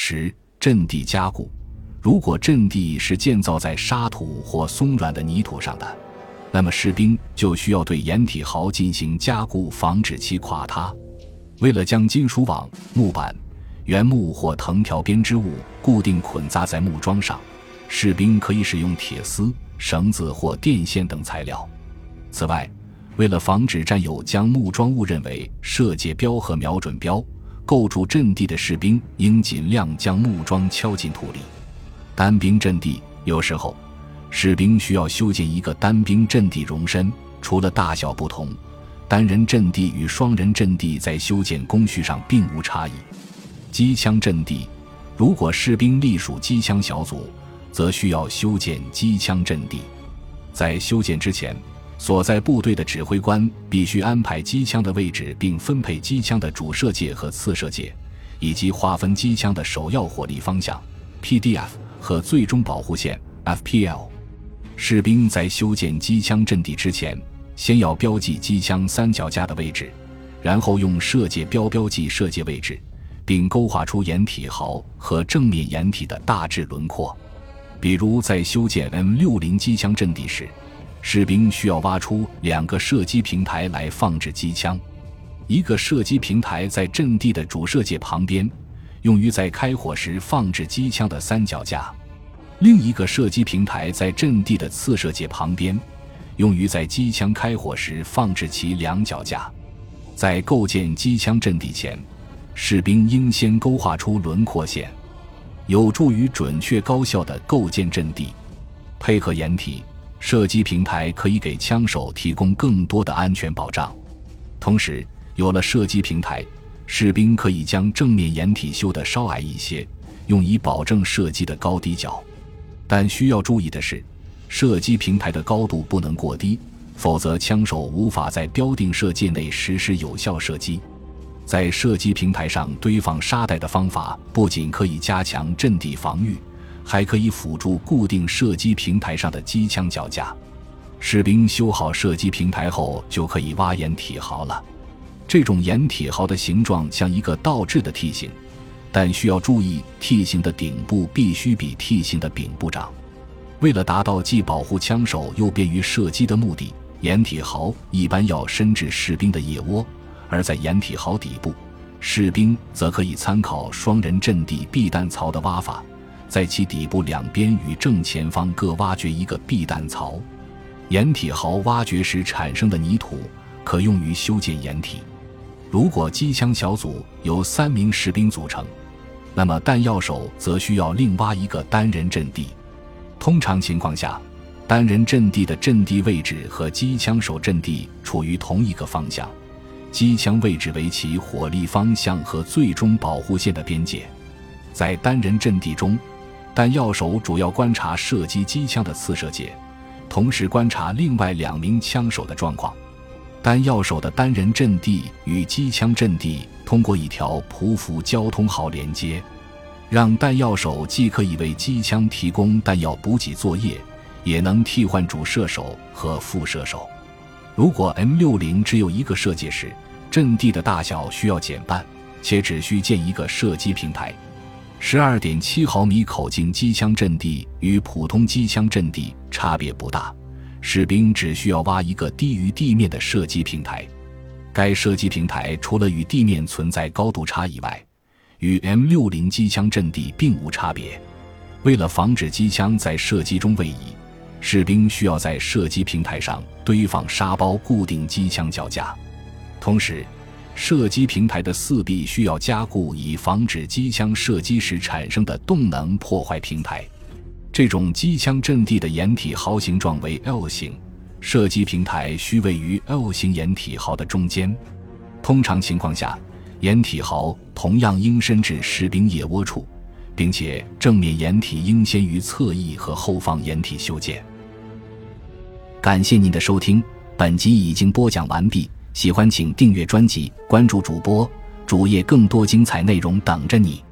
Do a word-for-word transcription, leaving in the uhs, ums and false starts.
十、阵地加固。如果阵地是建造在沙土或松软的泥土上的，那么士兵就需要对掩体壕进行加固，防止其垮塌。为了将金属网、木板、原木或藤条编织物固定捆扎在木桩上，士兵可以使用铁丝、绳子或电线等材料。此外，为了防止战友将木桩误认为射界标和瞄准标，构筑阵地的士兵应尽量将木桩敲进土里。单兵阵地，有时候士兵需要修建一个单兵阵地容身，除了大小不同，单人阵地与双人阵地在修建工序上并无差异。机枪阵地，如果士兵隶属机枪小组，则需要修建机枪阵地。在修建之前，所在部队的指挥官必须安排机枪的位置，并分配机枪的主射界和次射界，以及划分机枪的首要火力方向 P D F 和最终保护线 F P L。 士兵在修建机枪阵地之前，先要标记机枪三脚架的位置，然后用射界标标记射界位置，并勾画出掩体壕和正面掩体的大致轮廓。比如在修建 M 六十 机枪阵地时，士兵需要挖出两个射击平台来放置机枪，一个射击平台在阵地的主射界旁边，用于在开火时放置机枪的三脚架；另一个射击平台在阵地的次射界旁边，用于在机枪开火时放置其两脚架。在构建机枪阵地前，士兵应先勾画出轮廓线，有助于准确高效地构建阵地。配合掩体，射击平台可以给枪手提供更多的安全保障。同时，有了射击平台，士兵可以将正面掩体修得稍矮一些，用以保证射击的高低角。但需要注意的是，射击平台的高度不能过低，否则枪手无法在标定射界内实施有效射击。在射击平台上堆放沙袋的方法不仅可以加强阵地防御，还可以辅助固定射击平台上的机枪脚架。士兵修好射击平台后，就可以挖掩体壕了。这种掩体壕的形状像一个倒置的 T 形，但需要注意 T 形的顶部必须比 T 形的柄部长。为了达到既保护枪手又便于射击的目的，掩体壕一般要伸至士兵的腋窝，而在掩体壕底部，士兵则可以参考双人阵地避弹槽的挖法，在其底部两边与正前方各挖掘一个避弹槽。掩体壕挖掘时产生的泥土可用于修建掩体。如果机枪小组由三名士兵组成，那么弹药手则需要另挖一个单人阵地。通常情况下，单人阵地的阵地位置和机枪手阵地处于同一个方向，机枪位置为其火力方向和最终保护线的边界。在单人阵地中，弹药手主要观察射击机枪的次射界，同时观察另外两名枪手的状况。弹药手的单人阵地与机枪阵地通过一条匍匐交通壕连接，让弹药手既可以为机枪提供弹药补给作业，也能替换主射手和副射手。如果 M 六十 只有一个射界时，阵地的大小需要减半，且只需建一个射击平台。 十二点七 毫米口径机枪阵地与普通机枪阵地差别不大，士兵只需要挖一个低于地面的射击平台。该射击平台除了与地面存在高度差异外，与 M 六十 机枪阵地并无差别。为了防止机枪在射击中位移，士兵需要在射击平台上堆放沙包固定机枪脚架。同时，射击平台的四壁需要加固，以防止机枪射击时产生的动能破坏平台。这种机枪阵地的掩体壕形状为 L 型，射击平台需位于 L 型掩体壕的中间。通常情况下，掩体壕同样应伸至士兵腋窝处，并且正面掩体应先于侧翼和后方掩体修建。感谢您的收听，本集已经播讲完毕。喜欢请订阅专辑，关注主播，主页更多精彩内容等着你。